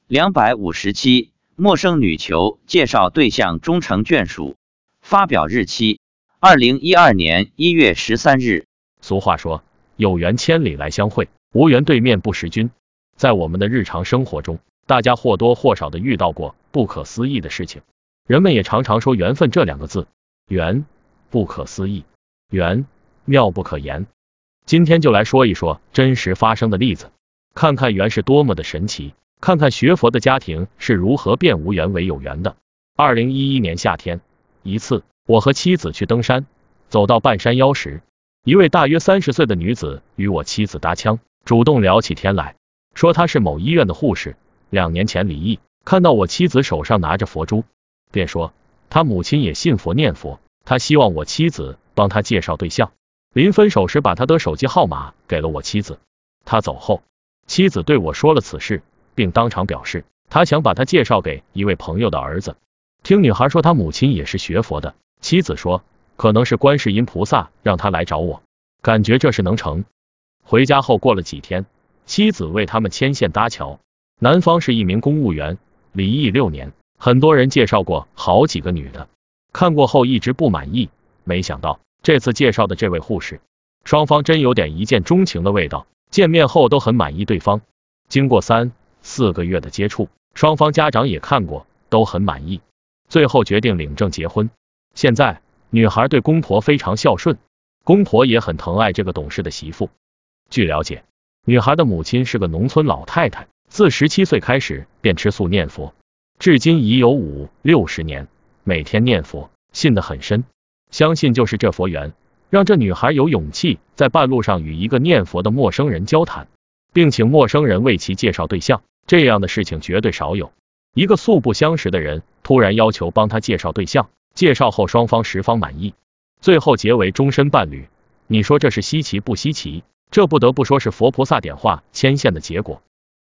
257陌生女求介绍对象终成眷属。发表日期2012年1月13日。 俗话说，有缘千里来相会，无缘对面不识君。在我们的日常生活中，大家或多或少的遇到过不可思议的事情。人们也常常说缘分这两个字，缘不可思议，缘妙不可言。今天就来说一说真实发生的例子，看看缘是多么的神奇，看看学佛的家庭是如何变无缘为有缘的。2011年夏天，一次我和妻子去登山，走到半山腰时，一位大约30岁的女子与我妻子搭腔，主动聊起天来，说她是某医院的护士，2年前离异，看到我妻子手上拿着佛珠，便说她母亲也信佛念佛，她希望我妻子帮她介绍对象。临分手时把她的手机号码给了我妻子。她走后，妻子对我说了此事，并当场表示她想把她介绍给一位朋友的儿子。听女孩说她母亲也是学佛的，妻子说可能是观世音菩萨让她来找我，感觉这事能成。回家后过了几天，妻子为他们牵线搭桥，男方是一名公务员，离异6年，很多人介绍过好几个女的，看过后一直不满意，没想到这次介绍的这位护士，双方真有点一见钟情的味道，见面后都很满意对方。经过3、4个月的接触，双方家长也看过，都很满意，最后决定领证结婚。现在女孩对公婆非常孝顺，公婆也很疼爱这个懂事的媳妇。据了解，女孩的母亲是个农村老太太，自17岁开始便吃素念佛，至今已有5、60年，每天念佛，信得很深。相信就是这佛缘，让这女孩有勇气在半路上与一个念佛的陌生人交谈，并请陌生人为其介绍对象，这样的事情绝对少有。一个素不相识的人突然要求帮他介绍对象，介绍后双方十方满意，最后结为终身伴侣。你说这是稀奇不稀奇？这不得不说是佛菩萨点化牵线的结果。